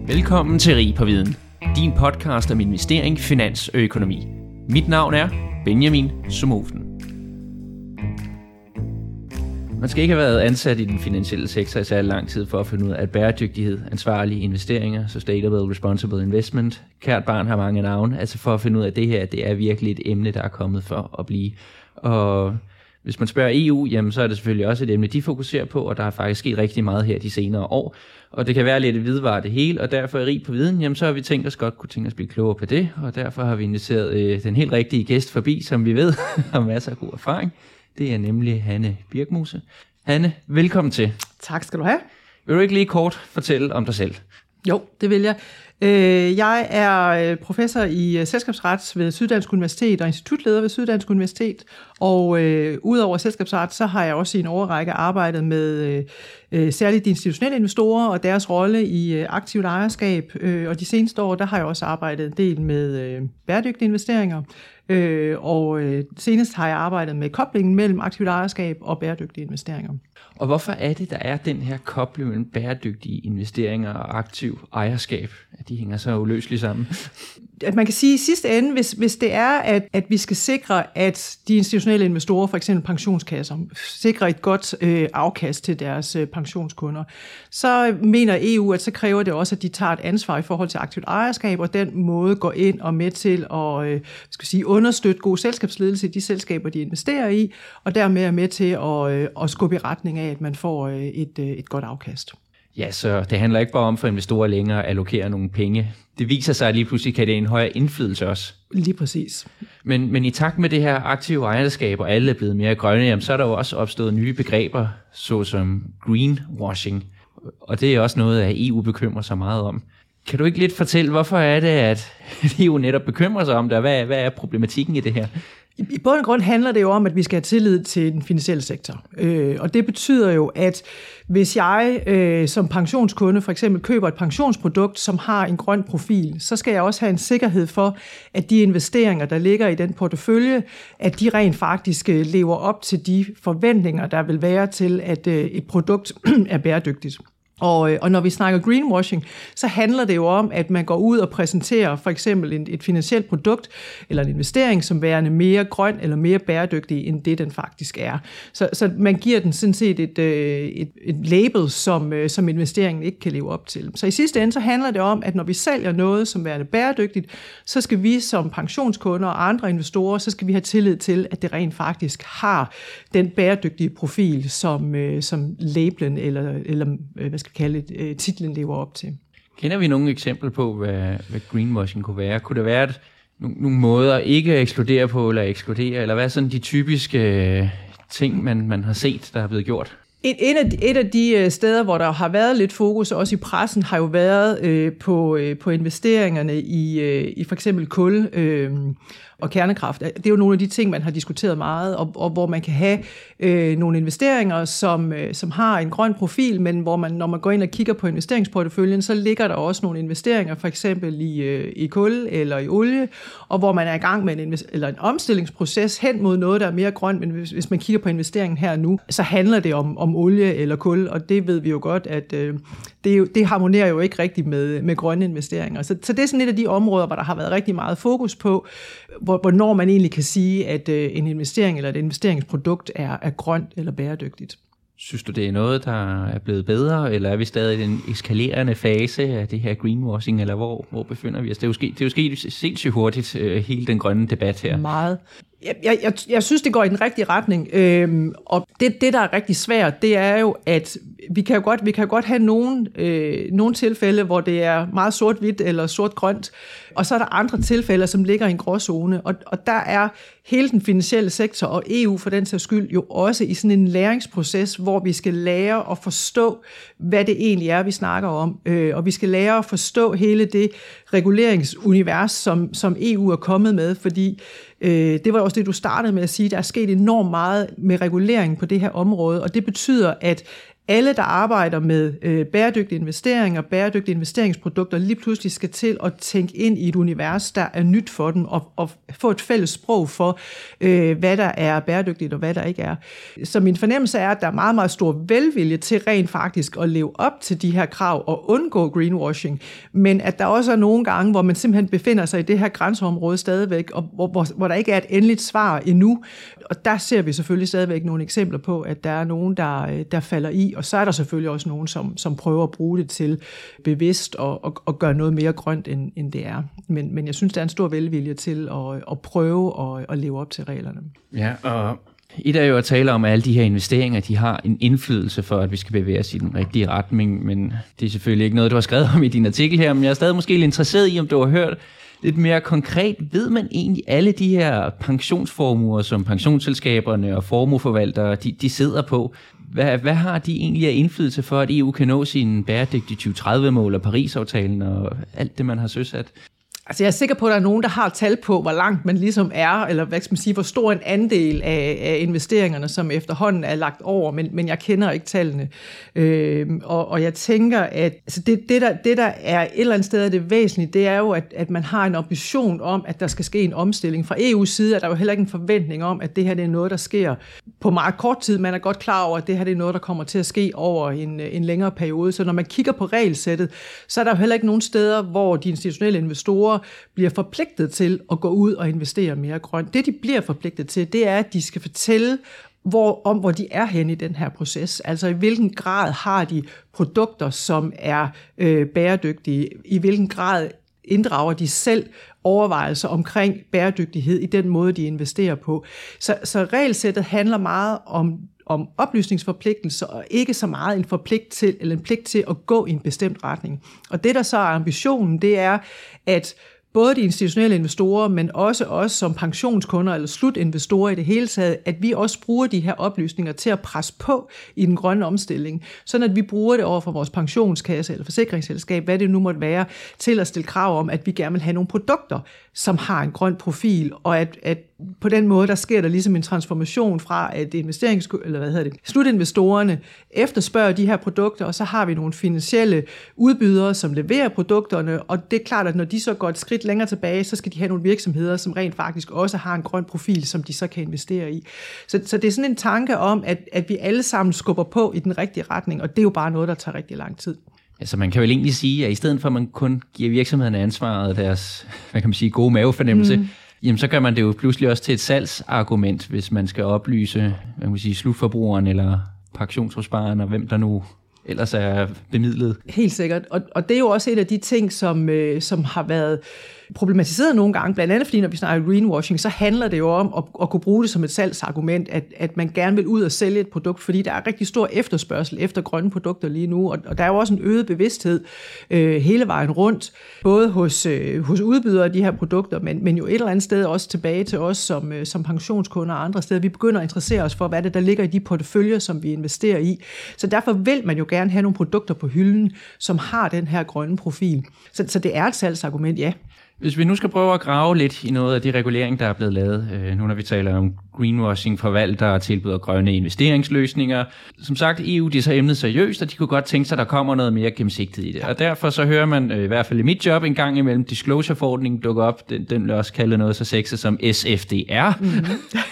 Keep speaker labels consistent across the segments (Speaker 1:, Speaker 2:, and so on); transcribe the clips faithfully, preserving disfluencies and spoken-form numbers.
Speaker 1: Velkommen til Rig på Viden, din podcast om investering, finans og økonomi. Mit navn er Benjamin Somofen. Man skal ikke have været ansat i den finansielle sektor i særlig lang tid for at finde ud af, at bæredygtighed, ansvarlige investeringer, sustainable responsible investment, kært barn har mange navne, altså for at finde ud af, at det her, det er virkelig et emne, der er kommet for at blive. Og hvis man spørger E U, jamen, så er det selvfølgelig også et emne, de fokuserer på, og der er faktisk sket rigtig meget her de senere år. Og det kan være lidt hvidvare det hele, og derfor er Rig på Viden, jamen så har vi tænkt os godt kunne tænke os at blive klogere på det, og derfor har vi inviteret øh, den helt rigtige gæst forbi, som vi ved har masser af god erfaring. Det er nemlig Hanne Birkmose. Hanne, velkommen til.
Speaker 2: Tak skal du have.
Speaker 1: Vil du ikke lige kort fortælle om dig selv?
Speaker 2: Jo, det vil jeg. Jeg er professor i selskabsret ved Syddansk Universitet og institutleder ved Syddansk Universitet. Og øh, udover selskabsret, så har jeg også i en årrække arbejdet med øh, særligt de institutionelle investorer og deres rolle i øh, aktivt ejerskab. Øh, og de seneste år, der har jeg også arbejdet en del med øh, bæredygtige investeringer. Øh, og øh, senest har jeg arbejdet med koblingen mellem aktivt ejerskab og bæredygtige investeringer.
Speaker 1: Og hvorfor er det, der er den her kobling mellem bæredygtige investeringer og aktiv ejerskab? At de hænger så uløseligt sammen?
Speaker 2: At man kan sige i sidste ende, hvis, hvis det er, at, at vi skal sikre, at de institutionelle investorer, for eksempel pensionskasser, sikrer et godt øh, afkast til deres øh, pensionskunder, så mener E U, at så kræver det også, at de tager et ansvar i forhold til aktivt ejerskab, og den måde går ind og med til at øh, skal sige, understøtte god selskabsledelse i de selskaber, de investerer i, og dermed er med til at, øh, at skubbe i retning af, at man får øh, et, øh, et godt afkast.
Speaker 1: Ja, så det handler ikke bare om for investorer længere at allokere nogle penge. Det viser sig, at lige pludselig kan det en højere indflydelse også.
Speaker 2: Lige præcis.
Speaker 1: Men, men i takt med det her aktive ejerskab, og alle er blevet mere grønne, jamen, så er der jo også opstået nye begreber, såsom greenwashing. Og det er også noget, at E U bekymrer sig meget om. Kan du ikke lidt fortælle, hvorfor er det, at E U netop bekymrer sig om det, og hvad, hvad er problematikken i det her?
Speaker 2: I bund og grund handler det jo om, at vi skal have tillid til den finansielle sektor. Øh, og det betyder jo, at hvis jeg øh, som pensionskunde for eksempel køber et pensionsprodukt, som har en grøn profil, så skal jeg også have en sikkerhed for, at de investeringer, der ligger i den portefølje, at de rent faktisk lever op til de forventninger, der vil være til, at øh, et produkt er bæredygtigt. Og, og når vi snakker greenwashing, så handler det jo om, at man går ud og præsenterer for eksempel et, et finansielt produkt eller en investering som værende mere grøn eller mere bæredygtig, end det den faktisk er. Så, så man giver den sådan set et, et, et label, som, som investeringen ikke kan leve op til. Så i sidste ende så handler det om, at når vi sælger noget som værende bæredygtigt, så skal vi som pensionskunder og andre investorer, så skal vi have tillid til, at det rent faktisk har den bæredygtige profil, som, som labelen eller, eller hvad skal kalde det, titlen lever op til.
Speaker 1: Kender vi nogle eksempler på, hvad, hvad greenwashing kunne være? Kunne det være et, nogle, nogle måder ikke at ekskludere på, eller ekskludere, eller hvad er sådan de typiske øh, ting, man, man har set, der er blevet gjort?
Speaker 2: Et, et, af de, et af de steder, hvor der har været lidt fokus, også i pressen, har jo været øh, på, øh, på investeringerne i, øh, i for eksempel kul øh, og kernekraft. Det er jo nogle af de ting, man har diskuteret meget, og, og hvor man kan have øh, nogle investeringer, som, øh, som har en grøn profil, men hvor man, når man går ind og kigger på investeringsporteføljen, så ligger der også nogle investeringer, for eksempel i, øh, i kul eller i olie, og hvor man er i gang med en, eller en omstillingsproces hen mod noget, der er mere grønt, men hvis, hvis man kigger på investeringen her nu, så handler det om, om olie eller kul, og det ved vi jo godt, at øh, det, jo, det harmonerer jo ikke rigtigt med, med grønne investeringer. Så, så det er sådan et af de områder, hvor der har været rigtig meget fokus på, hvor, hvornår man egentlig kan sige, at øh, en investering eller et investeringsprodukt er, er grønt eller bæredygtigt.
Speaker 1: Synes du, det er noget, der er blevet bedre, eller er vi stadig i den eskalerende fase af det her greenwashing, eller hvor, hvor befinder vi os? Det er jo sket, det er jo sket sindssygt hurtigt, øh, hele den grønne debat her.
Speaker 2: Meget. Jeg, jeg, jeg, jeg synes, det går i den rigtige retning, øhm, og det, det, der er rigtig svært, det er jo, at vi kan jo godt, vi kan jo godt have nogle, øh, nogle tilfælde, hvor det er meget sort-hvidt eller sort-grønt, og så er der andre tilfælde, som ligger i en gråzone, og, og der er hele den finansielle sektor og E U for den sags skyld jo også i sådan en læringsproces, hvor vi skal lære at forstå, hvad det egentlig er, vi snakker om, øh, og vi skal lære at forstå hele det reguleringsunivers, som, som E U er kommet med, fordi øh, det var også det, du startede med at sige, der er sket enormt meget med regulering på det her område, og det betyder, at alle, der arbejder med øh, bæredygtige investeringer, bæredygtige investeringsprodukter, lige pludselig skal til at tænke ind i et univers, der er nyt for dem, og, og få et fælles sprog for, øh, hvad der er bæredygtigt og hvad der ikke er. Så min fornemmelse er, at der er meget, meget stor velvilje til rent faktisk at leve op til de her krav og undgå greenwashing, men at der også er nogle gange, hvor man simpelthen befinder sig i det her grænseområde stadigvæk, og hvor, hvor, hvor der ikke er et endeligt svar endnu. Og der ser vi selvfølgelig stadigvæk nogle eksempler på, at der er nogen, der, der falder i, og så er der selvfølgelig også nogen, som, som prøver at bruge det til bevidst og, og, og gøre noget mere grønt, end, end det er. Men, men jeg synes, der er en stor velvilje til at, at prøve at, at leve op til reglerne.
Speaker 1: Ja, og et er jo at tale om, at alle de her investeringer, de har en indflydelse for, at vi skal bevæge os i den rigtige retning, men det er selvfølgelig ikke noget, du har skrevet om i din artikel her, men jeg er stadig måske lidt interesseret i, om du har hørt lidt mere konkret. Ved man egentlig alle de her pensionsformuer, som pensionsselskaberne og formueforvaltere, de, de sidder på? Hvad, hvad har de egentlig af indflydelse for, at E U kan nå sine bæredygtige tyve tredive-mål og Paris-aftalen og alt det, man har søsat?
Speaker 2: Altså jeg er sikker på, at der er nogen, der har tal på, hvor langt man ligesom er, eller hvad skal man sige, hvor stor en andel af, af investeringerne, som efterhånden er lagt over, men, men jeg kender ikke tallene. Øh, og, og jeg tænker, at altså det, det, der, det, der er et eller andet sted af det væsentlige, det er jo, at, at man har en ambition om, at der skal ske en omstilling. Fra E U's side er der jo heller ikke en forventning om, at det her det er noget, der sker på meget kort tid. Man er godt klar over, at det her det er noget, der kommer til at ske over en, en længere periode. Så når man kigger på regelsættet, så er der jo heller ikke nogen steder, hvor de institutionelle investorer bliver forpligtet til at gå ud og investere mere grønt. Det, de bliver forpligtet til, det er, at de skal fortælle hvor, om, hvor de er henne i den her proces. Altså i hvilken grad har de produkter, som er øh, bæredygtige, i hvilken grad inddrager de selv overvejelser omkring bæredygtighed i den måde, de investerer på. Så, så regelsættet handler meget om om oplysningsforpligtelser, og ikke så meget en forpligt til, eller en pligt til at gå i en bestemt retning. Og det, der så er ambitionen, det er, at både de institutionelle investorer, men også os som pensionskunder eller slutinvestorer i det hele taget, at vi også bruger de her oplysninger til at presse på i den grønne omstilling, sådan at vi bruger det over for vores pensionskasse eller forsikringsselskab, hvad det nu måtte være, til at stille krav om, at vi gerne vil have nogle produkter, som har en grøn profil, og at, at på den måde, der sker der ligesom en transformation fra, at investerings, eller hvad hedder det, slutinvestorerne efterspørger de her produkter, og så har vi nogle finansielle udbydere, som leverer produkterne, og det er klart, at når de så går et skridt længere tilbage, så skal de have nogle virksomheder, som rent faktisk også har en grøn profil, som de så kan investere i. Så, så det er sådan en tanke om, at, at vi alle sammen skubber på i den rigtige retning, og det er jo bare noget, der tager rigtig lang tid.
Speaker 1: Altså man kan vel egentlig sige, at i stedet for at man kun giver virksomhederne ansvaret af deres, hvad kan man sige, gode mavefornemmelse, mm. jamen så gør man det jo pludselig også til et salgsargument, hvis man skal oplyse, hvad kan man sige, slutforbrugeren eller pensionsopspareren og hvem der nu ellers er bemidlet.
Speaker 2: Helt sikkert, og, og det er jo også et af de ting, som, øh, som har været problematiseret nogle gange, blandt andet fordi når vi snakker greenwashing, så handler det jo om at, at kunne bruge det som et salgsargument, at, at man gerne vil ud og sælge et produkt, fordi der er rigtig stor efterspørgsel efter grønne produkter lige nu, og, og der er jo også en øget bevidsthed øh, hele vejen rundt, både hos, øh, hos udbydere af de her produkter, men, men jo et eller andet sted også tilbage til os som, øh, som pensionskunder og andre steder. Vi begynder at interessere os for, hvad det der ligger i de porteføljer, som vi investerer i. Så derfor vil man jo gerne have nogle produkter på hylden, som har den her grønne profil. Så, så det er et salgsargument, ja.
Speaker 1: Hvis vi nu skal prøve at grave lidt i noget af de regulering, der er blevet lavet, øh, nu når vi taler om greenwashing, forvaltere tilbyder grønne investeringsløsninger. Som sagt, E U de så emnet seriøst, og de kunne godt tænke sig, at der kommer noget mere gennemsigtigt i det. Og derfor så hører man, øh, i hvert fald i mit job, en gang imellem disclosure-forordningen dukker op. Den, den bliver også kaldet noget så sexet som S F D R. Mm-hmm.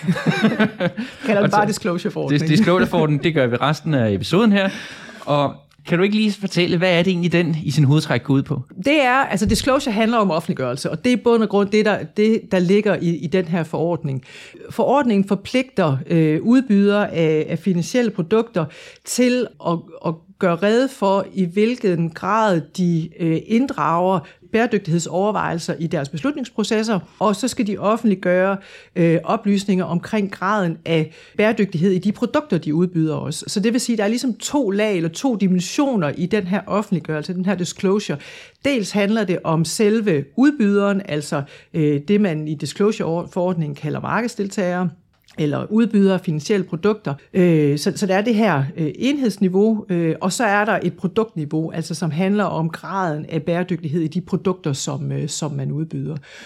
Speaker 2: Kalder det bare disclosure-forordningen.
Speaker 1: Disclosure-forordningen, det gør vi resten af episoden her. Og kan du ikke lige fortælle, hvad er det egentlig den i sin hovedtræk går ud på? Det
Speaker 2: er, altså disclosure handler om offentliggørelse, og det er bund og grund det, der, det, der ligger i, i den her forordning. Forordningen forpligter øh, udbydere af, af finansielle produkter til at, at gøre rede for, i hvilken grad de øh, inddrager bæredygtighedsovervejelser i deres beslutningsprocesser, og så skal de offentliggøre øh, oplysninger omkring graden af bæredygtighed i de produkter, de udbyder også. Så det vil sige, at der er ligesom to lag eller to dimensioner i den her offentliggørelse, den her disclosure. Dels handler det om selve udbyderen, altså øh, det, man i disclosure-forordningen kalder markedsdeltagere, eller udbyder af finansielle produkter. Så, så der er det her enhedsniveau, og så er der et produktniveau, altså som handler om graden af bæredygtighed i de produkter, som, som man udbyder.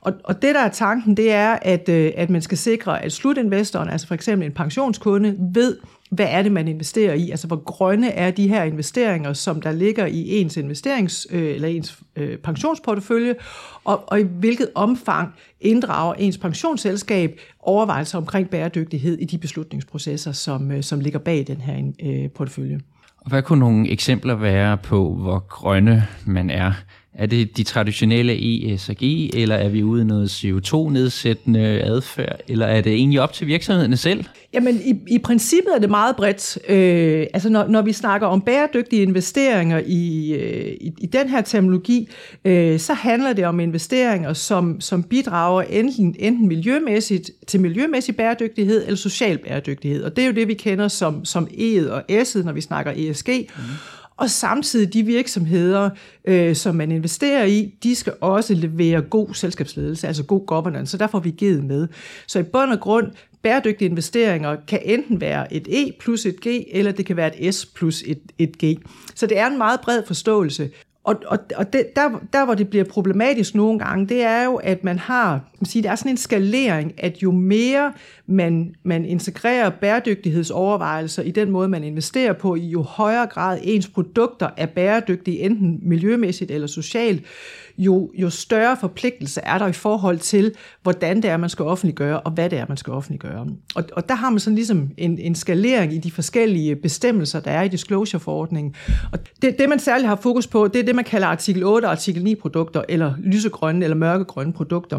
Speaker 2: Og, og det, der er tanken, det er, at, at man skal sikre, at slutinvestoren, altså for eksempel en pensionskunde, ved, hvad er det, man investerer i? Altså, hvor grønne er de her investeringer, som der ligger i ens investerings- øh, eller ens øh, pensionsportefølje, og, og i hvilket omfang inddrager ens pensionsselskab overvejelser omkring bæredygtighed i de beslutningsprocesser, som, øh, som ligger bag den her øh, portefølje.
Speaker 1: Og hvad kunne nogle eksempler være på, hvor grønne man er? Er det de traditionelle E S G, eller er vi ude i noget C O to nedsættende adfærd, eller er det egentlig op til virksomhederne selv?
Speaker 2: Jamen, i, i princippet er det meget bredt. Øh, altså, når, når vi snakker om bæredygtige investeringer i, øh, i, i den her terminologi, øh, så handler det om investeringer, som, som bidrager enten, enten miljømæssigt til miljømæssig bæredygtighed eller social bæredygtighed. Og det er jo det, vi kender som, som E'et og S'et, når vi snakker E S G. Mm. Og samtidig de virksomheder, øh, som man investerer i, de skal også levere god selskabsledelse, altså god governance, så der får vi givet med. Så i bund og grund, bæredygtige investeringer kan enten være et E plus et G, eller det kan være et S plus et, et G. Så det er en meget bred forståelse. Og, og, og det, der, der, hvor det bliver problematisk nogle gange, det er jo, at man har, man siger, der er sådan en skalering, at jo mere man, man integrerer bæredygtighedsovervejelser i den måde, man investerer på, i jo højere grad ens produkter er bæredygtige, enten miljømæssigt eller socialt, jo, jo større forpligtelse er der i forhold til, hvordan det er, man skal offentliggøre, og hvad det er, man skal offentliggøre. Og, og der har man sådan ligesom en, en skalering i de forskellige bestemmelser, der er i disclosure-forordningen. Og det, det, man særligt har fokus på, det er det, man kalder artikel otte og artikel ni produkter, eller lysegrønne eller mørkegrønne produkter.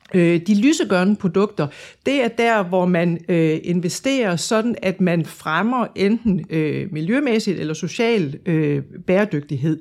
Speaker 2: De lysegrønne produkter, det er der, hvor man øh, investerer sådan, at man fremmer enten øh, miljømæssigt eller social øh, bæredygtighed.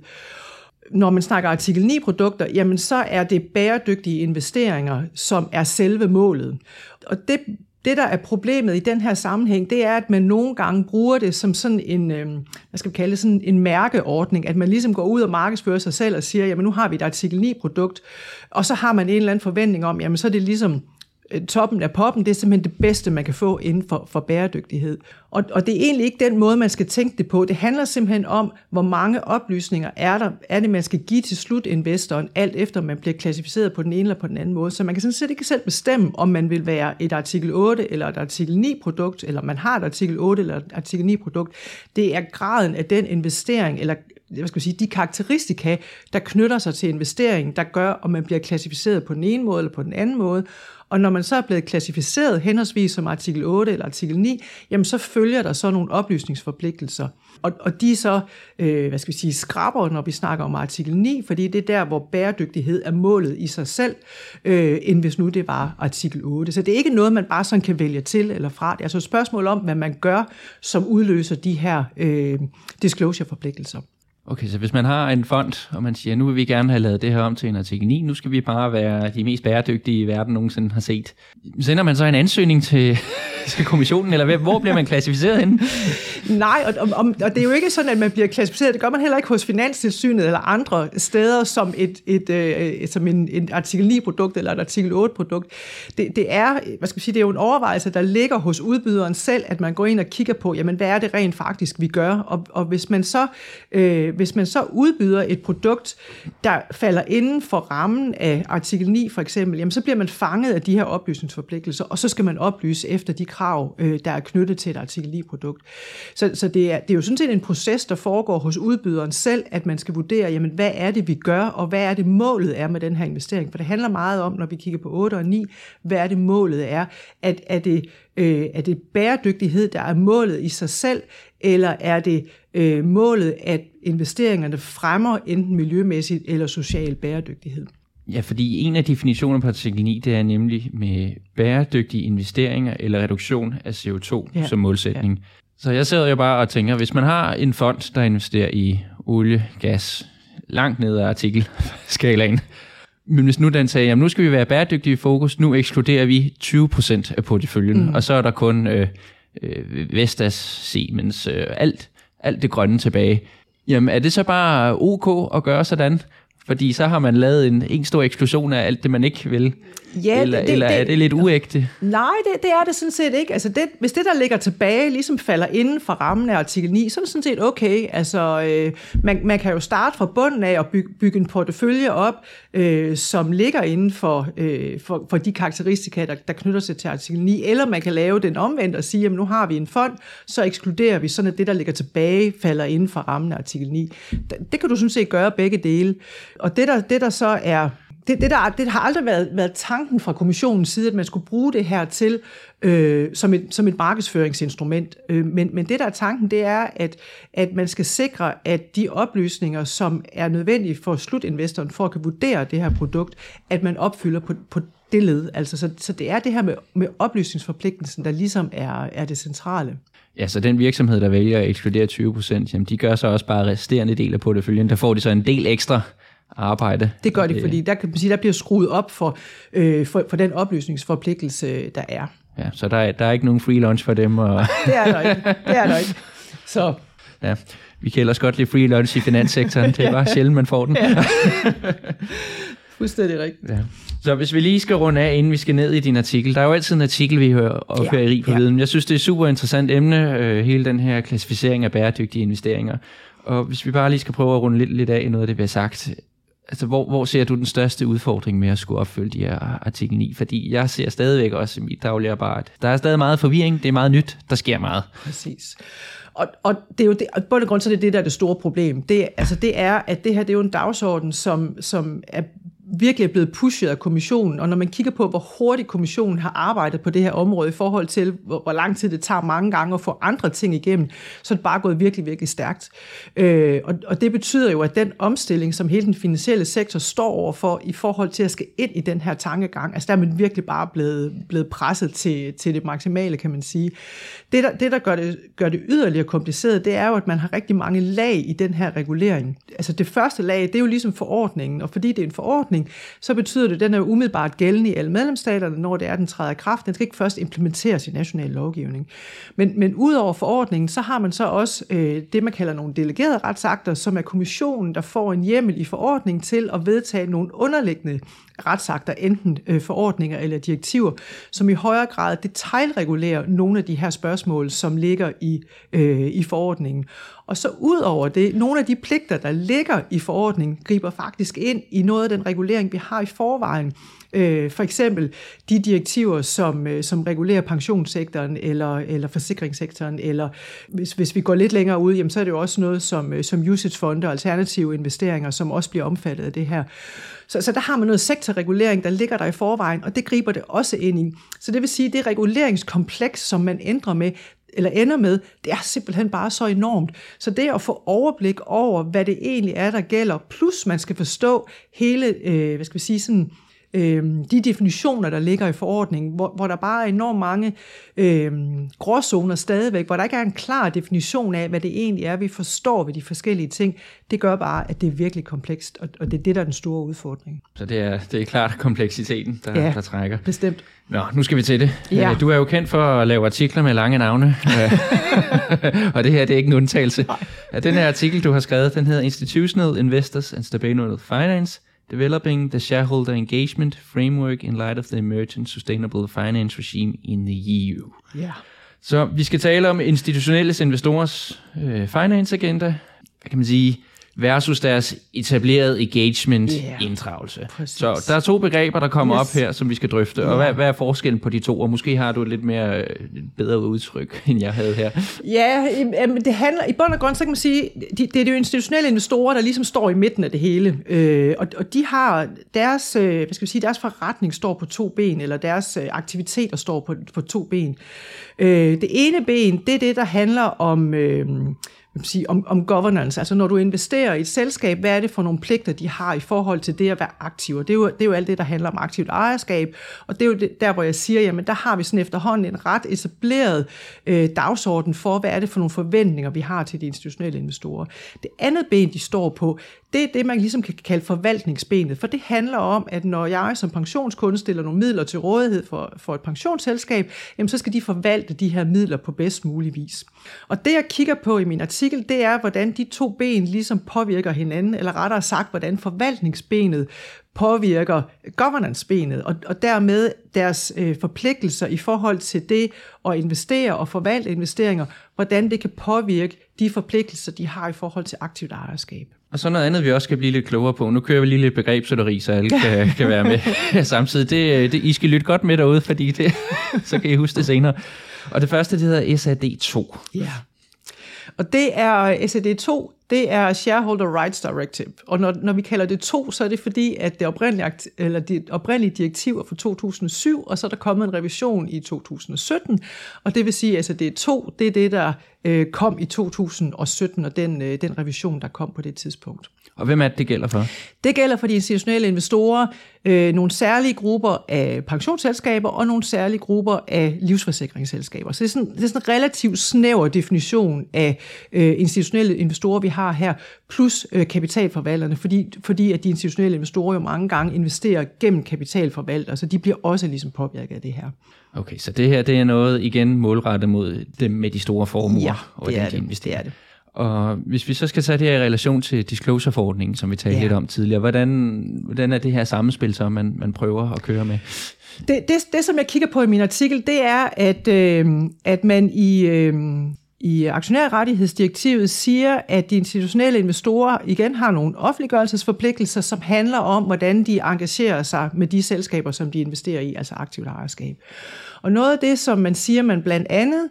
Speaker 2: Når man snakker artikel ni produkter, jamen så er det bæredygtige investeringer, som er selve målet. Og det, det der er problemet i den her sammenhæng, det er, at man nogle gange bruger det som sådan en, hvad skal vi kalde det, sådan en mærkeordning, at man ligesom går ud og markedsfører sig selv og siger, jamen nu har vi et artikel ni produkt, og så har man en eller anden forventning om, jamen så er det ligesom toppen af poppen, det er simpelthen det bedste, man kan få inden for, for bæredygtighed. Og, og det er egentlig ikke den måde, man skal tænke det på. Det handler simpelthen om, hvor mange oplysninger er der, er det, man skal give til slutinvestoren, alt efter man bliver klassificeret på den ene eller på den anden måde. Så man kan sådan set ikke selv bestemme, om man vil være et artikel otte eller et artikel ni produkt, eller man har et artikel otte eller et artikel ni produkt. Det er graden af den investering, eller hvad skal jeg sige, de karakteristika, der knytter sig til investeringen, der gør, om man bliver klassificeret på den ene måde eller på den anden måde. Og når man så er blevet klassificeret henholdsvis som artikel otte eller artikel ni, jamen så følger der så nogle oplysningsforpligtelser. Og, og de er så, øh, hvad skal vi sige, skraber, når vi snakker om artikel ni, fordi det er der, hvor bæredygtighed er målet i sig selv, øh, end hvis nu det var artikel otte. Så det er ikke noget, man bare sådan kan vælge til eller fra. Det er altså et spørgsmål om, hvad man gør, som udløser de her øh, disclosure-forpligtelser.
Speaker 1: Okay, så hvis man har en fond, og man siger, nu vil vi gerne have lavet det her om til en artikel ni, nu skal vi bare være de mest bæredygtige i verden nogensinde har set. Sender man så en ansøgning til, til kommissionen, eller hvor bliver man klassificeret henne? Nej, og, og, og det er jo ikke sådan, at man bliver klassificeret. Det gør man heller ikke hos Finanstilsynet eller andre steder som et, et, et, som en, en artikel ni produkt eller et artikel otte produkt. Det, det er, hvad skal man sige, det er jo en overvejelse, der ligger hos udbyderen selv, at man går ind og kigger på, jamen hvad er det rent faktisk, vi gør? Og, og hvis man så øh, Hvis man så udbyder et produkt, der falder inden for rammen af artikel ni for eksempel, jamen så bliver man fanget af de her oplysningsforpligtelser, og så skal man oplyse efter de krav, der er knyttet til et artikel ni produkt. Så, så det, er, det er jo sådan set en proces, der foregår hos udbyderen selv, at man skal vurdere, jamen hvad er det, vi gør, og hvad er det, målet er med den her investering? For det handler meget om, når vi kigger på otte og ni, hvad er det, målet er? At, er det Øh, er det bæredygtighed, der er målet i sig selv, eller er det øh, målet, at investeringerne fremmer enten miljømæssigt eller social bæredygtighed? Ja, fordi en af definitionerne på artikel ni, det er nemlig med bæredygtige investeringer eller reduktion af C O to ja. Som målsætning. Ja. Så jeg sidder jo bare og tænker, hvis man har en fond, der investerer i olie, gas, langt ned ad artikelskalaen, men hvis nu den sagde, jamen nu skal vi være bæredygtige i fokus, nu ekskluderer vi tyve procent af porteføljen, mm. og så er der kun øh, øh, Vestas, Siemens, øh, alt, alt det grønne tilbage. Jamen er det så bare ok at gøre sådan? Fordi så har man lavet en, en stor eksklusion af alt det, man ikke vil. Ja, eller, det, eller er det, det lidt uægte?
Speaker 2: Nej, det, det er det sådan set ikke. Altså det, hvis det, der ligger tilbage, ligesom falder inden for rammen af artikel ni, så er det sådan set okay. Altså, øh, man, man kan jo starte fra bunden af og bygge, bygge en portefølje op, øh, som ligger inden for, øh, for, for de karakteristika, der, der knytter sig til artikel ni. Eller man kan lave den omvendt og sige, at nu har vi en fond, så ekskluderer vi sådan, at det, der ligger tilbage, falder inden for rammen af artikel ni. Det, det kan du sådan set gøre begge dele. Og det, der, det der så er... Det, det, der, det har aldrig været, været tanken fra kommissionens side, at man skulle bruge det her til øh, som, et, som et markedsføringsinstrument. Øh, men, men det, der er tanken, det er, at, at man skal sikre, at de oplysninger, som er nødvendige for slutinvestoren, for at kunne vurdere det her produkt, at man opfylder på, på det led. Altså, så, så det er det her med, med oplysningsforpligtelsen, der ligesom er, er det centrale.
Speaker 1: Ja, så den virksomhed, der vælger at ekskludere tyve procent, jamen de gør så også bare resterende del af porteføljen. Der får de så en del ekstra arbejde.
Speaker 2: Det gør de, fordi der kan man sige, der bliver skruet op for, øh, for, for den oplysningsforpligtelse, der er.
Speaker 1: Ja, så der er, der er ikke nogen free lunch for dem. Og
Speaker 2: det er der ikke. Det er der ikke. Så.
Speaker 1: Ja, vi kan ellers godt lide free lunch i finanssektoren. Det er bare sjældent, man får den.
Speaker 2: Ja. Fuldstændig rigtigt.
Speaker 1: Ja. Så hvis vi lige skal runde af, inden vi skal ned i din artikel. Der er jo altid en artikel, vi hører og ja, hører i på ja. viden. Jeg synes, det er et super interessant emne, øh, hele den her klassificering af bæredygtige investeringer. Og hvis vi bare lige skal prøve at runde lidt, lidt af i noget af det, vi har sagt. Altså, hvor, hvor ser du den største udfordring med at skulle opfylde de her artikel ni? Fordi jeg ser stadigvæk også i mit daglige arbejde. Der er stadig meget forvirring, det er meget nyt, der sker meget.
Speaker 2: Præcis. Og, og det er jo det, og på bund og grund, så er det det, der er det store problem. Det, altså, det er, at det her det er jo en dagsorden, som, som er virkelig er blevet pushet af kommissionen, og når man kigger på, hvor hurtigt kommissionen har arbejdet på det her område i forhold til, hvor, hvor lang tid det tager mange gange at få andre ting igennem, så er det bare gået virkelig, virkelig stærkt. Øh, og, og det betyder jo, at den omstilling, som hele den finansielle sektor står overfor i forhold til at skal ind i den her tankegang, altså der er man virkelig bare blevet, blevet presset til, til det maksimale, kan man sige. Det, der, det, der gør det, gør det yderligere kompliceret, det er jo, at man har rigtig mange lag i den her regulering. Altså det første lag, det er jo ligesom forordningen, og fordi det er en forordning, så betyder det, at den er umiddelbart gældende i alle medlemsstaterne, når det er, den træder i kraft. Den skal ikke først implementeres i national lovgivning. Men, men udover forordningen, så har man så også øh, det, man kalder nogle delegerede retsakter, som er kommissionen, der får en hjemmel i forordning til at vedtage nogle underliggende retsakter, enten øh, forordninger eller direktiver, som i højere grad detailregulerer nogle af de her spørgsmål, som ligger i, øh, i forordningen. Og så ud over det, nogle af de pligter, der ligger i forordningen, griber faktisk ind i noget af den regulering, vi har i forvejen. Øh, for eksempel de direktiver, som, øh, som regulerer pensionssektoren eller, eller forsikringssektoren, eller hvis, hvis vi går lidt længere ud, jamen, så er det jo også noget som, øh, som usage-fonde og alternative investeringer, som også bliver omfattet af det her. Så, så der har man noget sektorregulering, der ligger der i forvejen, og det griber det også ind i. Så det vil sige, at det reguleringskompleks, som man ændrer med, eller ender med, det er simpelthen bare så enormt. Så det at få overblik over, hvad det egentlig er, der gælder, plus man skal forstå hele, øh, hvad skal vi sige, sådan, øh, de definitioner, der ligger i forordningen, hvor, hvor der bare er enormt mange øh, gråzoner stadigvæk, hvor der ikke er en klar definition af, hvad det egentlig er, vi forstår ved de forskellige ting, det gør bare, at det er virkelig komplekst, og, og det er det, der er den store udfordring.
Speaker 1: Så det er, det er klart kompleksiteten, der, ja, der trækker.
Speaker 2: Bestemt.
Speaker 1: Nå, nu skal vi til det.
Speaker 2: Ja.
Speaker 1: Du er jo kendt for at lave artikler med lange navne, og det her det er ikke en undtagelse. Ja, den her artikel, du har skrevet, den hedder Institutional Investors and Sustainable Finance, Developing the Shareholder Engagement Framework in Light of the Emergent Sustainable Finance Regime in the E U.
Speaker 2: Ja.
Speaker 1: Så vi skal tale om institutionelle investorers øh, finance agenda, hvad kan man sige, versus deres etablerede engagement-inddragelse. Yeah, så der er to begreber, der kommer yes. op her, som vi skal drøfte. Og yeah. hvad, hvad er forskellen på de to? Og måske har du et lidt mere et bedre udtryk, end jeg havde her.
Speaker 2: Ja, det handler i bund og grund, så kan man sige, det er jo institutionelle investorer, der ligesom står i midten af det hele. Og de har deres, hvad skal vi sige, deres forretning står på to ben, eller deres aktiviteter står på, på to ben. Det ene ben, det er det, der handler om Sige, om, om governance, altså når du investerer i et selskab, hvad er det for nogle pligter, de har i forhold til det at være aktive? Det er jo, det er jo alt det, der handler om aktivt ejerskab, og det er jo det, der, hvor jeg siger, jamen der har vi sådan efterhånden en ret etableret øh, dagsorden for, hvad er det for nogle forventninger, vi har til de institutionelle investorer. Det andet ben, de står på, det er det, man ligesom kan kalde forvaltningsbenet, for det handler om, at når jeg som pensionskunde stiller nogle midler til rådighed for, for et pensionsselskab, jamen så skal de forvalte de her midler på bedst mulig vis. Og det, jeg kigger på i min artikel, artikel, det er, hvordan de to ben ligesom påvirker hinanden, eller rettere sagt, hvordan forvaltningsbenet påvirker governance-benet, og, og dermed deres øh, forpligtelser i forhold til det at investere og forvalte investeringer, hvordan det kan påvirke de forpligtelser, de har i forhold til aktivt ejerskab.
Speaker 1: Og så noget andet, vi også skal blive lidt klogere på. Nu kører vi lige lidt begrebsrytteri, så alle kan, kan være med samtidig. Det, det, I skal lytte godt med derude, fordi det, så kan I huske det senere. Og det første, det hedder S A D to.
Speaker 2: Ja, og det er S A D to, det er Shareholder Rights Directive. Og når, når vi kalder det to, så er det fordi, at det oprindelige, eller det oprindelige direktiv er fra to tusind og syv, og så er der kommet en revision i to tusind og sytten, og det vil sige, at S A D to, det er det, der øh, kom i to tusind og sytten, og den, øh, den revision, der kom på det tidspunkt.
Speaker 1: Og hvem er det, det gælder for?
Speaker 2: Det gælder for de institutionelle investorer, øh, nogle særlige grupper af pensionsselskaber og nogle særlige grupper af livsforsikringsselskaber. Så det er sådan, det er sådan en relativt snæver definition af øh, institutionelle investorer, vi har her, plus øh, kapitalforvalterne, fordi, fordi at de institutionelle investorer jo mange gange investerer gennem kapitalforvaltere, så de bliver også ligesom påvirket af det her.
Speaker 1: Okay, så det her det er noget igen målrettet mod dem med de store formuer.
Speaker 2: Ja,
Speaker 1: og
Speaker 2: det,
Speaker 1: den,
Speaker 2: er
Speaker 1: de
Speaker 2: det, det er det.
Speaker 1: Og hvis vi så skal tage det her i relation til disclosure-forordningen, som vi talte ja. lidt om tidligere, hvordan, hvordan er det her samspil, som man, man prøver at køre med?
Speaker 2: Det, det, det, som jeg kigger på i min artikel, det er, at, øh, at man i, øh, i aktionærrettighedsdirektivet siger, at de institutionelle investorer igen har nogle offentliggørelsesforpligtelser, som handler om, hvordan de engagerer sig med de selskaber, som de investerer i, altså aktivt ejerskab. Og noget af det, som man siger, man blandt andet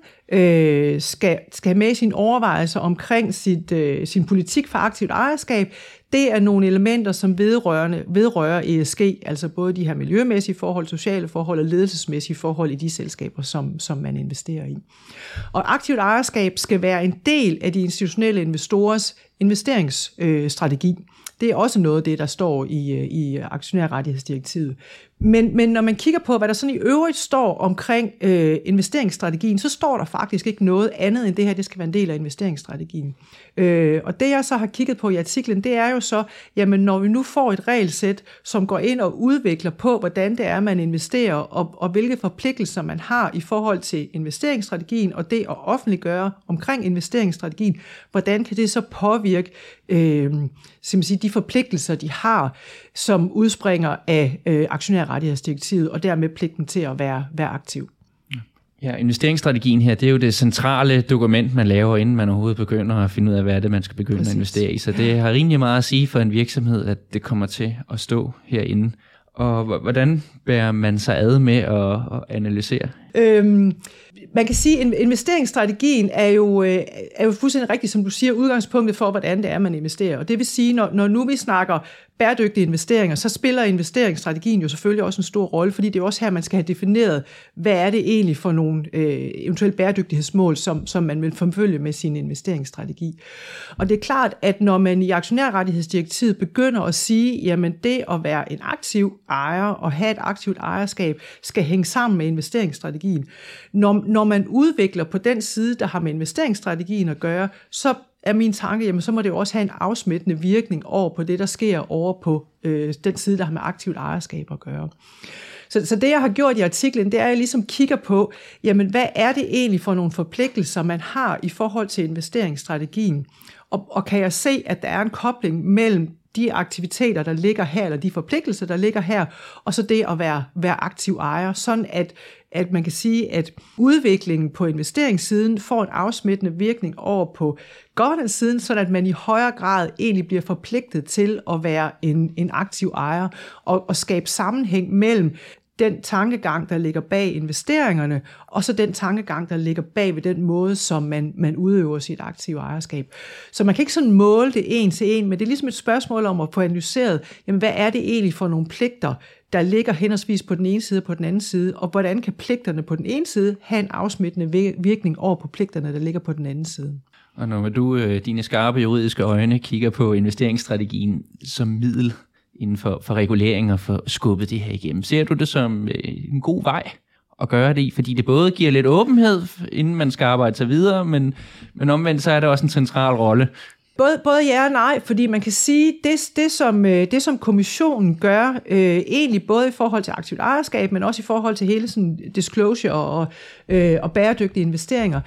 Speaker 2: øh, skal, skal have med i sine overvejelser omkring sit, øh, sin politik for aktivt ejerskab, det er nogle elementer, som vedrører, vedrører E S G, altså både de her miljømæssige forhold, sociale forhold og ledelsesmæssige forhold i de selskaber, som, som man investerer i. Og aktivt ejerskab skal være en del af de institutionelle investorers investeringsstrategi. Øh, Det er også noget af det, der står i, i aktionærrettighedsdirektivet. Men, men når man kigger på, hvad der sådan i øvrigt står omkring øh, investeringsstrategien, så står der faktisk ikke noget andet end det her, det skal være en del af investeringsstrategien. Øh, og det jeg så har kigget på i artiklen, det er jo så, jamen når vi nu får et regelsæt, som går ind og udvikler på, hvordan det er, man investerer, og, og hvilke forpligtelser man har i forhold til investeringsstrategien, og det at offentliggøre omkring investeringsstrategien, hvordan kan det så påvirke øh, sige, de forpligtelser, de har, som udspringer af øh, aktionærrettighedsdirektivet, og dermed pligten til at være, være aktiv.
Speaker 1: Ja, investeringsstrategien her, det er jo det centrale dokument, man laver, inden man overhovedet begynder at finde ud af, hvad det man skal begynde Præcis. At investere i. Så det har rimelig meget at sige for en virksomhed, at det kommer til at stå herinde. Og hvordan bærer man sig ad med at, at analysere? Øhm,
Speaker 2: man kan sige, at investeringsstrategien er jo, er jo fuldstændig rigtigt, som du siger, udgangspunktet for, hvordan det er, man investerer. Og det vil sige, når, når nu vi snakker bæredygtige investeringer, så spiller investeringsstrategien jo selvfølgelig også en stor rolle, fordi det er også her, man skal have defineret, hvad er det egentlig for nogle øh, eventuelle bæredygtighedsmål, som, som man vil forfølge med sin investeringsstrategi. Og det er klart, at når man i aktionærrettighedsdirektivet begynder at sige, jamen det at være en aktiv ejer og have et aktivt ejerskab, skal hænge sammen med investeringsstrategien. Når, når man udvikler på den side, der har med investeringsstrategien at gøre, så er min tanke, jamen så må det jo også have en afsmittende virkning over på det, der sker over på øh, den side, der har med aktivt ejerskab at gøre. Så, så det, jeg har gjort i artiklen, det er, at jeg ligesom kigger på, jamen hvad er det egentlig for nogle forpligtelser, man har i forhold til investeringsstrategien? Og, og kan jeg se, at der er en kobling mellem de aktiviteter, der ligger her, eller de forpligtelser, der ligger her, og så det at være, være aktiv ejer, sådan at, at man kan sige, at udviklingen på investeringssiden får en afsmittende virkning over på governance-siden, så at man i højere grad egentlig bliver forpligtet til at være en, en aktiv ejer, og, og skabe sammenhæng mellem den tankegang, der ligger bag investeringerne, og så den tankegang, der ligger bag ved den måde, som man, man udøver sit aktive ejerskab. Så man kan ikke sådan måle det en til en, men det er ligesom et spørgsmål om at få analyseret, jamen hvad er det egentlig for nogle pligter, der ligger henholdsvis på den ene side og på den anden side, og hvordan kan pligterne på den ene side have en afsmittende virkning over på pligterne, der ligger på den anden side.
Speaker 1: Og når du, dine skarpe juridiske øjne, kigger på investeringsstrategien som middel inden for, for regulering og for skubbet det her igennem, ser du det som en god vej at gøre det i? Fordi det både giver lidt åbenhed, inden man skal arbejde sig videre, men, men omvendt så er det også en central rolle.
Speaker 2: Både, både ja og nej, fordi man kan sige, det, det, som, det som kommissionen gør, øh, egentlig både i forhold til aktivt ejerskab, men også i forhold til hele sådan disclosure og, øh, og bæredygtige investeringer,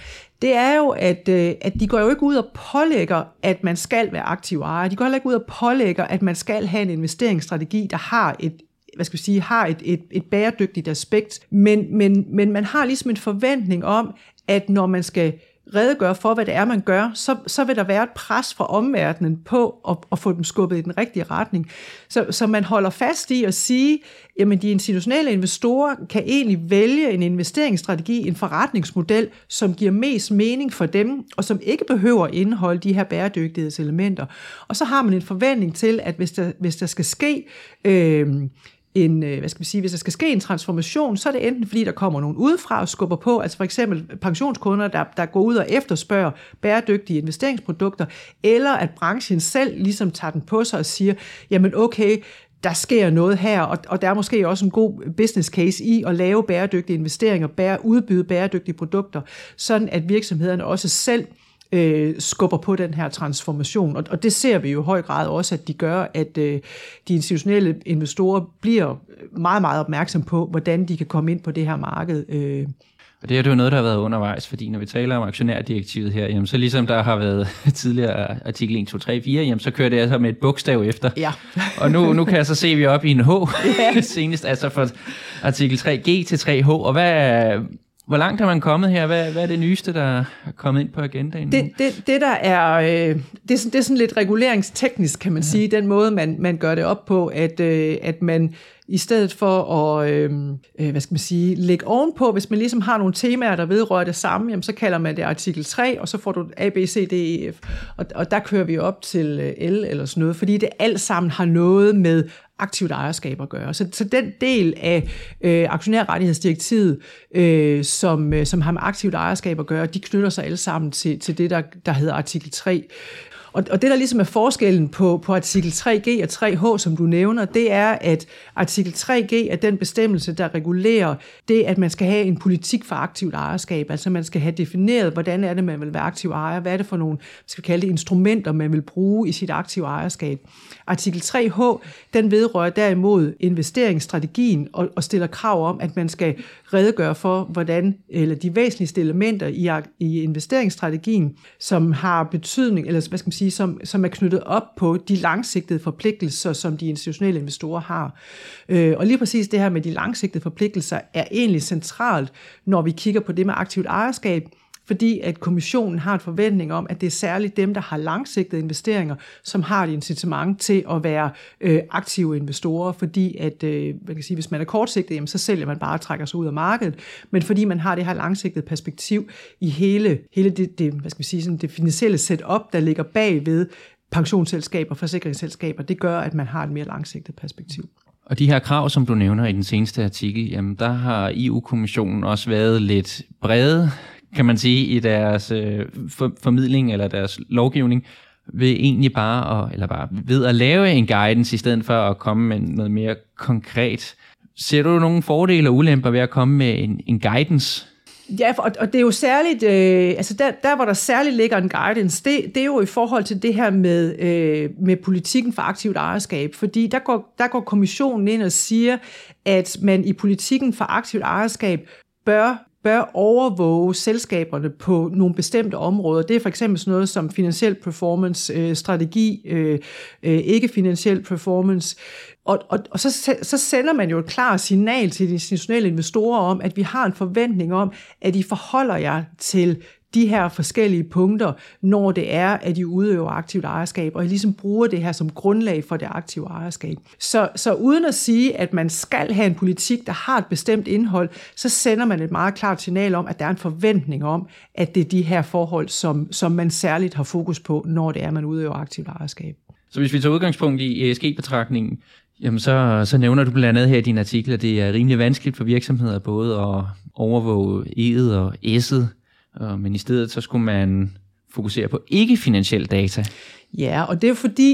Speaker 2: det er jo, at, at de går jo ikke ud og pålægger, at man skal være aktiv ejer. De går heller ikke ud og pålægger, at man skal have en investeringsstrategi, der har et hvad skal vi sige, har et, et, et bæredygtigt aspekt, men, men, men man har ligesom en forventning om, at når man skal redegøre for, hvad det er, man gør, så, så vil der være et pres fra omverdenen på at, at få dem skubbet i den rigtige retning. Så, så man holder fast i at sige, jamen de institutionelle investorer kan egentlig vælge en investeringsstrategi, en forretningsmodel, som giver mest mening for dem, og som ikke behøver at indeholde de her bæredygtighedselementer. Og så har man en forventning til, at hvis der, hvis der skal ske øh, En, hvad skal vi sige, hvis der skal ske en transformation, så er det enten fordi, der kommer nogen udefra og skubber på, altså for eksempel pensionskunder, der, der går ud og efterspørger bæredygtige investeringsprodukter, eller at branchen selv ligesom tager den på sig og siger, jamen okay, der sker noget her, og, og der er måske også en god business case i at lave bæredygtige investeringer, bære, udbyde bæredygtige produkter, sådan at virksomhederne også selv øh, skubber på den her transformation. Og, og det ser vi jo i høj grad også, at de gør, at øh, de institutionelle investorer bliver meget, meget opmærksom på, hvordan de kan komme ind på det her marked. Øh.
Speaker 1: Og det er jo noget, der har været undervejs, fordi når vi taler om aktionærdirektivet her, jamen, så ligesom der har været tidligere artikel et, to, tre, fire, jamen, så kører det altså med et bogstav efter.
Speaker 2: Ja.
Speaker 1: Og nu, nu kan jeg så se, at vi er oppe i en H, ja. senest altså fra artikel tre G til tre H, og hvad er... Hvor langt er man kommet her? Hvad, hvad er det nyeste, der er kommet ind på agendaen?
Speaker 2: Det, det, det der er, øh, det er, sådan, det er sådan lidt reguleringsteknisk, kan man sige, den måde, man, man gør det op på, at, øh, at man i stedet for at, øh, hvad skal man sige, lægge ovenpå, hvis man ligesom har nogle temaer, der vedrører det samme, jamen, så kalder man det artikel tre, og så får du A, B, C, D, E, F. Og, og der kører vi op til L eller sådan noget, fordi det alt sammen har noget med aktivt ejerskab at gøre. Så, så den del af øh, aktionærrettighedsdirektivet, øh, som, øh, som har med aktivt ejerskab at gøre, de knytter sig alle sammen til, til det, der, der hedder artikel tre. Og, og det, der ligesom er forskellen på, på artikel tre G og tre H, som du nævner, det er, at artikel tre G er den bestemmelse, der regulerer det, at man skal have en politik for aktivt ejerskab. Altså man skal have defineret, hvordan er det, man vil være aktiv ejer, hvad er det for nogle, skal vi kalde det, instrumenter, man vil bruge i sit aktive ejerskab. Artikel tre H, den vedrører derimod investeringsstrategien og, og stiller krav om, at man skal redegøre for, hvordan, eller de væsentligste elementer i, i investeringsstrategien, som har betydning, eller hvad skal man sige, som, som er knyttet op på de langsigtede forpligtelser, som de institutionelle investorer har. Øh, og lige præcis det her med de langsigtede forpligtelser er egentlig centralt, når vi kigger på det med aktivt ejerskab, fordi at kommissionen har en forventning om, at det er særligt dem, der har langsigtede investeringer, som har et incitament til at være øh, aktive investorer, fordi at, øh, man kan sige, hvis man er kortsigtet, jamen, så sælger man bare og trækker sig ud af markedet, men fordi man har det her langsigtede perspektiv i hele, hele det, det, hvad skal vi sige, sådan det finansielle setup, der ligger bagved pensionsselskaber, forsikringsselskaber, det gør, at man har et mere langsigtet perspektiv.
Speaker 1: Og de her krav, som du nævner i den seneste artikel, jamen der har E U-kommissionen også været lidt brede, kan man sige, i deres øh, for, formidling eller deres lovgivning, ved egentlig bare, at, eller bare ved at lave en guidance, i stedet for at komme med noget mere konkret. Ser du nogle fordele og ulemper ved at komme med en, en guidance?
Speaker 2: Ja, og, og det er jo særligt, øh, altså der, der hvor der særligt ligger en guidance, det, det er jo i forhold til det her med, øh, med politikken for aktivt ejerskab, fordi der går, der går kommissionen ind og siger, at man i politikken for aktivt ejerskab bør bør overvåge selskaberne på nogle bestemte områder. Det er for eksempel sådan noget som finansiel performance, øh, strategi, øh, øh, ikke-finansiel performance. Og, og, og så, så sender man jo et klart signal til de institutionelle investorer om, at vi har en forventning om, at I forholder jer til de her forskellige punkter, når det er, at de udøver aktivt ejerskab, og I ligesom bruger det her som grundlag for det aktive ejerskab. Så, så uden at sige, at man skal have en politik, der har et bestemt indhold, så sender man et meget klart signal om, at der er en forventning om, at det er de her forhold, som, som man særligt har fokus på, når det er, man udøver aktivt ejerskab.
Speaker 1: Så hvis vi tager udgangspunkt i E S G-betragtningen, jamen så, så nævner du blandt andet her i din artikel, at det er rimelig vanskeligt for virksomheder både at overvåge E'et og S'et, men i stedet så skulle man fokusere på ikke-finansiel data.
Speaker 2: Ja, og det er fordi,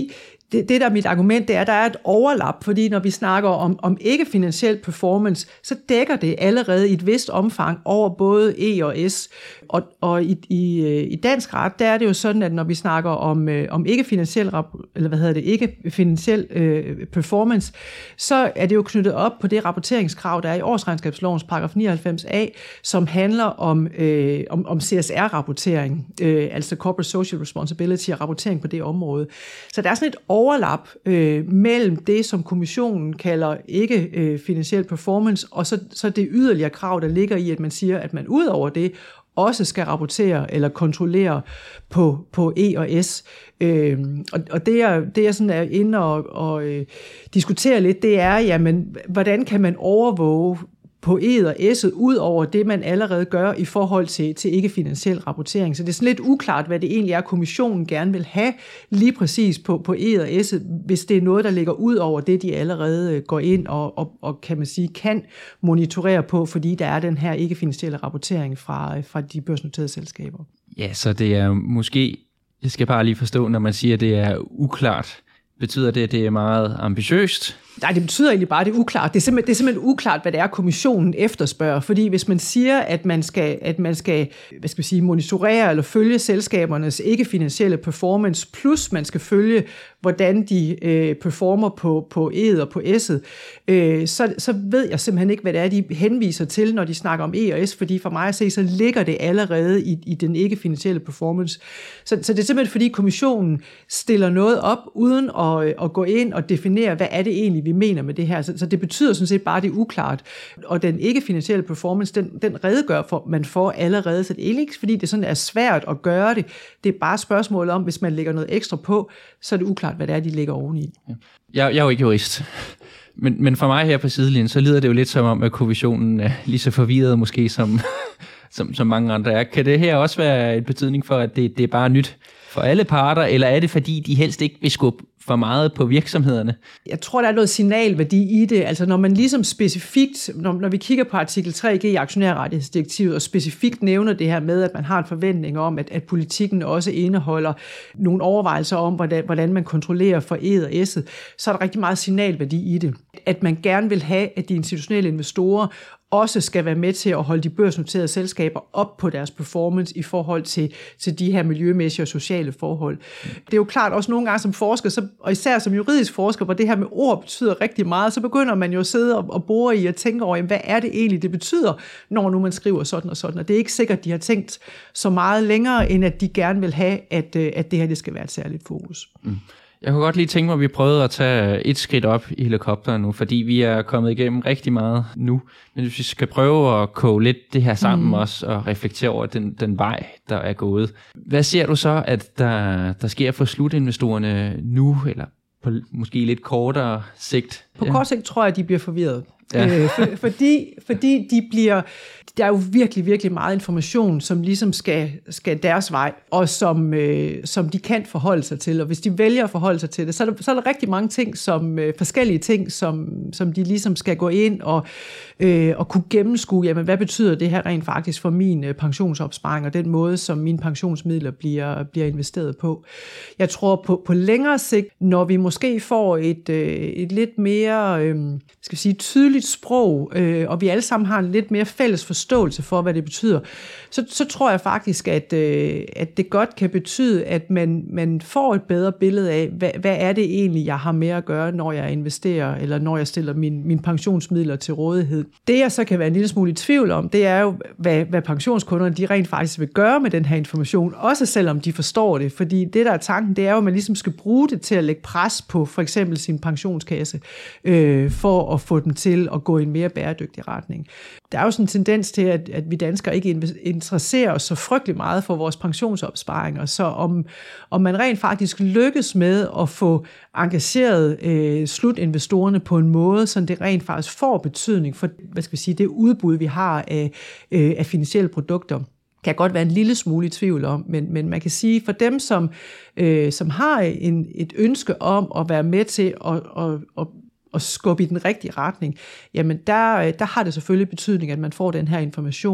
Speaker 2: Det, det der er mit argument, det er, at der er et overlap, fordi når vi snakker om, om ikke-finansiel performance, så dækker det allerede i et vist omfang over både E og S. Og, og i, i, i dansk ret, der er det jo sådan, at når vi snakker om, om ikke-finansiel, eller hvad hedder det, ikke-finansiel øh, performance, så er det jo knyttet op på det rapporteringskrav, der er i årsregnskabslovens paragraf nioghalvfems a, som handler om, øh, om, om C S R-rapportering, øh, altså Corporate Social Responsibility og rapportering på det område. Så der er sådan et overlap øh, mellem det, som kommissionen kalder ikke-finansiel øh, performance, og så, så det yderligere krav, der ligger i, at man siger, at man ud over det også skal rapportere eller kontrollere på, på E og S. Øh, og, og det, jeg, det, jeg sådan er inde og, og øh, diskutere lidt, det er, jamen, hvordan kan man overvåge på E'et og S'et, ud over det, man allerede gør i forhold til, til ikke-finansiel rapportering. Så det er sådan lidt uklart, hvad det egentlig er, kommissionen gerne vil have lige præcis på, på E'et og S'et, hvis det er noget, der ligger ud over det, de allerede går ind og, og, og kan man sige, kan monitorere på, fordi der er den her ikke-finansielle rapportering fra, fra de børsnoterede selskaber.
Speaker 1: Ja, så det er måske, jeg skal bare lige forstå, når man siger, at det er uklart, betyder det, at det er meget ambitiøst?
Speaker 2: Nej, det betyder egentlig bare, at det er uklart. Det er, simpelthen, det er simpelthen uklart, hvad det er, kommissionen efterspørger. Fordi hvis man siger, at man skal, at man skal, hvad skal vi sige, monitorere eller følge selskabernes ikke-finansielle performance, plus man skal følge, hvordan de øh, performer på, på E'et og på S'et, øh, så, så ved jeg simpelthen ikke, hvad det er, de henviser til, når de snakker om E og S, fordi for mig at se, så ligger det allerede i, i den ikke-finansielle performance. Så, så det er simpelthen, fordi kommissionen stiller noget op, uden at, at gå ind og definere, hvad er det egentlig, vi mener med det her. Så, så det betyder sådan set bare, at det er uklart. Og den ikke-finansielle performance, den, den redegør for, man får allerede. Så det er ikke, fordi det sådan er svært at gøre det. Det er bare spørgsmålet om, hvis man lægger noget ekstra på, så er det uklart, hvad det er, de lægger oveni.
Speaker 1: Ja. Jeg, jeg er jo ikke jurist. Men, men for mig her på sidelinjen, så lyder det jo lidt som om, at kommissionen er lige så forvirret måske, som, som, som mange andre er. Kan det her også være en betydning for, at det, det er bare nyt for alle parter, eller er det fordi, de helst ikke vil skubbe for meget på virksomhederne?
Speaker 2: Jeg tror, der er noget signalværdi i det. Altså når man ligesom specifikt, når, når vi kigger på artikel tre G i aktionærrettighedsdirektivet, og specifikt nævner det her med, at man har en forventning om, at, at politikken også indeholder nogle overvejelser om, hvordan, hvordan man kontrollerer for E'et og S'et, så er der rigtig meget signalværdi i det. At man gerne vil have, at de institutionelle investorer også skal være med til at holde de børsnoterede selskaber op på deres performance i forhold til, til de her miljømæssige og sociale forhold. Det er jo klart også nogle gange som forsker, så, og især som juridisk forsker, hvor det her med ord betyder rigtig meget, så begynder man jo at sidde og, og bore i og tænke over, jamen, hvad er det egentlig, det betyder, når nu man skriver sådan og sådan. Og det er ikke sikkert, de har tænkt så meget længere, end at de gerne vil have, at, at det her det skal være et særligt fokus. Mm.
Speaker 1: Jeg kunne godt lige tænke mig, at vi prøvede at tage et skridt op i helikopteren nu, fordi vi er kommet igennem rigtig meget nu. Men hvis vi skal prøve at koge lidt det her sammen mm. også, og reflektere over den, den vej, der er gået. Hvad ser du så, at der, der sker for slutinvestorerne nu, eller på måske lidt kortere sigt?
Speaker 2: På ja. kort sigt tror jeg, at de bliver forvirret. Ja. Øh, for, fordi, fordi de bliver, der er jo virkelig, virkelig meget information, som ligesom skal, skal deres vej, og som, øh, som de kan forholde sig til. Og hvis de vælger at forholde sig til det, så er der, så er der rigtig mange ting, som, øh, forskellige ting, som, som de ligesom skal gå ind og, øh, og kunne gennemskue. Jamen, hvad betyder det her rent faktisk for min øh, pensionsopsparing, og den måde, som mine pensionsmidler bliver, bliver investeret på. Jeg tror på, på længere sigt, når vi måske får et, øh, et lidt mere øh, skal vi sige, tydeligt sprog, øh, og vi alle sammen har en lidt mere fælles forståelse for, hvad det betyder, så, så tror jeg faktisk, at, øh, at det godt kan betyde, at man, man får et bedre billede af, hvad, hvad er det egentlig, jeg har med at gøre, når jeg investerer, eller når jeg stiller mine min pensionsmidler til rådighed. Det, jeg så kan være en lille smule i tvivl om, det er jo, hvad, hvad pensionskunderne de rent faktisk vil gøre med den her information, også selvom de forstår det, fordi det, der er tanken, det er jo, at man ligesom skal bruge det til at lægge pres på for eksempel sin pensionskasse, øh, for at få dem til at gå i en mere bæredygtig retning. Der er jo sådan en tendens til, at, at vi danskere ikke interesserer os så frygtelig meget for vores pensionsopsparinger, så om, om man rent faktisk lykkes med at få engageret øh, slutinvestorerne på en måde, så det rent faktisk får betydning for, hvad skal vi sige, det udbud, vi har af, øh, af finansielle produkter, kan godt være en lille smule i tvivl om, men, men man kan sige, for dem, som, øh, som har en, et ønske om at være med til at, at, at og skubbe i den rigtige retning, jamen der, der har det selvfølgelig betydning, at man får den her information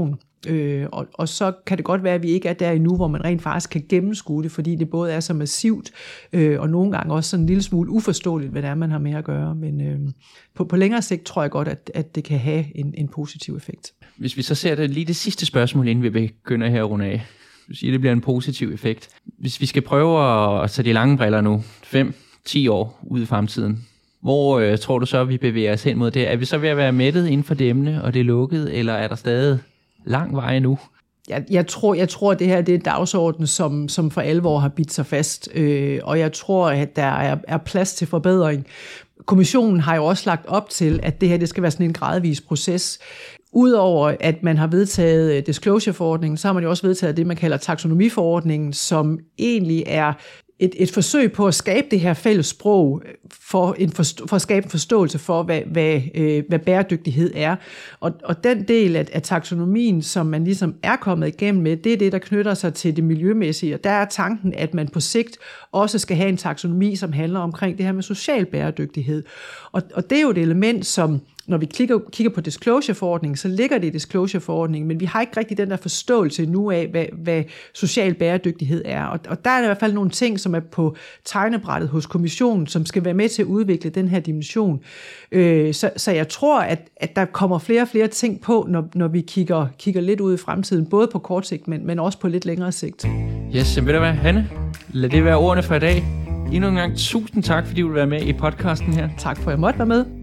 Speaker 2: Øh, og, og så kan det godt være, at vi ikke er der endnu, hvor man rent faktisk kan gennemskue det, fordi det både er så massivt, øh, og nogle gange også sådan en lille smule uforståeligt, hvad det er, man har med at gøre. Men øh, på, på længere sigt tror jeg godt, at, at det kan have en, en positiv effekt.
Speaker 1: Hvis vi så ser det lige det sidste spørgsmål, inden vi begynder her at runde af. Du siger, det bliver en positiv effekt. Hvis vi skal prøve at tage de lange briller nu, fem, ti år ude i fremtiden, hvor øh, tror du så, at vi bevæger os hen mod det? Er vi så ved at være mættet inden for det emne, og det er lukket, eller er der stadig lang vej nu?
Speaker 2: Jeg, jeg, tror, jeg tror, at det her det er en dagsorden, som, som for alvor har bidt sig fast, øh, og jeg tror, at der er, er plads til forbedring. Kommissionen har jo også lagt op til, at det her det skal være sådan en gradvis proces. Udover at man har vedtaget disclosure-forordningen, så har man jo også vedtaget det, man kalder taksonomiforordningen, som egentlig er et, et forsøg på at skabe det her fælles sprog for, en forstå, for at skabe en forståelse for, hvad, hvad, øh, hvad bæredygtighed er. Og, og den del af, af taksonomien, som man ligesom er kommet igennem med, det er det, der knytter sig til det miljømæssige. Og der er tanken, at man på sigt også skal have en taksonomi, som handler omkring det her med social bæredygtighed. Og, og det er jo et element, som når vi kigger, kigger på disclosure-forordningen, så ligger det i disclosure-forordningen, men vi har ikke rigtig den der forståelse nu af, hvad, hvad social bæredygtighed er. Og, og der er i hvert fald nogle ting, som er på tegnebrættet hos kommissionen, som skal være med til at udvikle den her dimension. Øh, så, så jeg tror, at, at der kommer flere og flere ting på, når, når vi kigger, kigger lidt ud i fremtiden, både på kort sigt, men, men også på lidt længere sigt.
Speaker 1: Yes, ved du hvad, Hanne? Lad det være ordene for i dag. Endnu en gang tusind tak, fordi du vil være med i podcasten her.
Speaker 2: Tak for, at jeg måtte være med.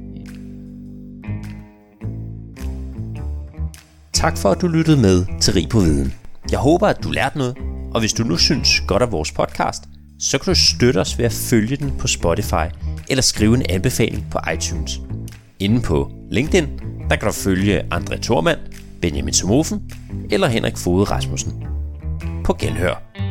Speaker 3: Tak for, at du lyttede med til Rig på Viden. Jeg håber, at du lærte noget, og hvis du nu synes godt af vores podcast, så kan du støtte os ved at følge den på Spotify eller skrive en anbefaling på iTunes. Inde på LinkedIn, der kan du følge André Thormand, Benjamin Somofen eller Henrik Foged Rasmussen. På genhør.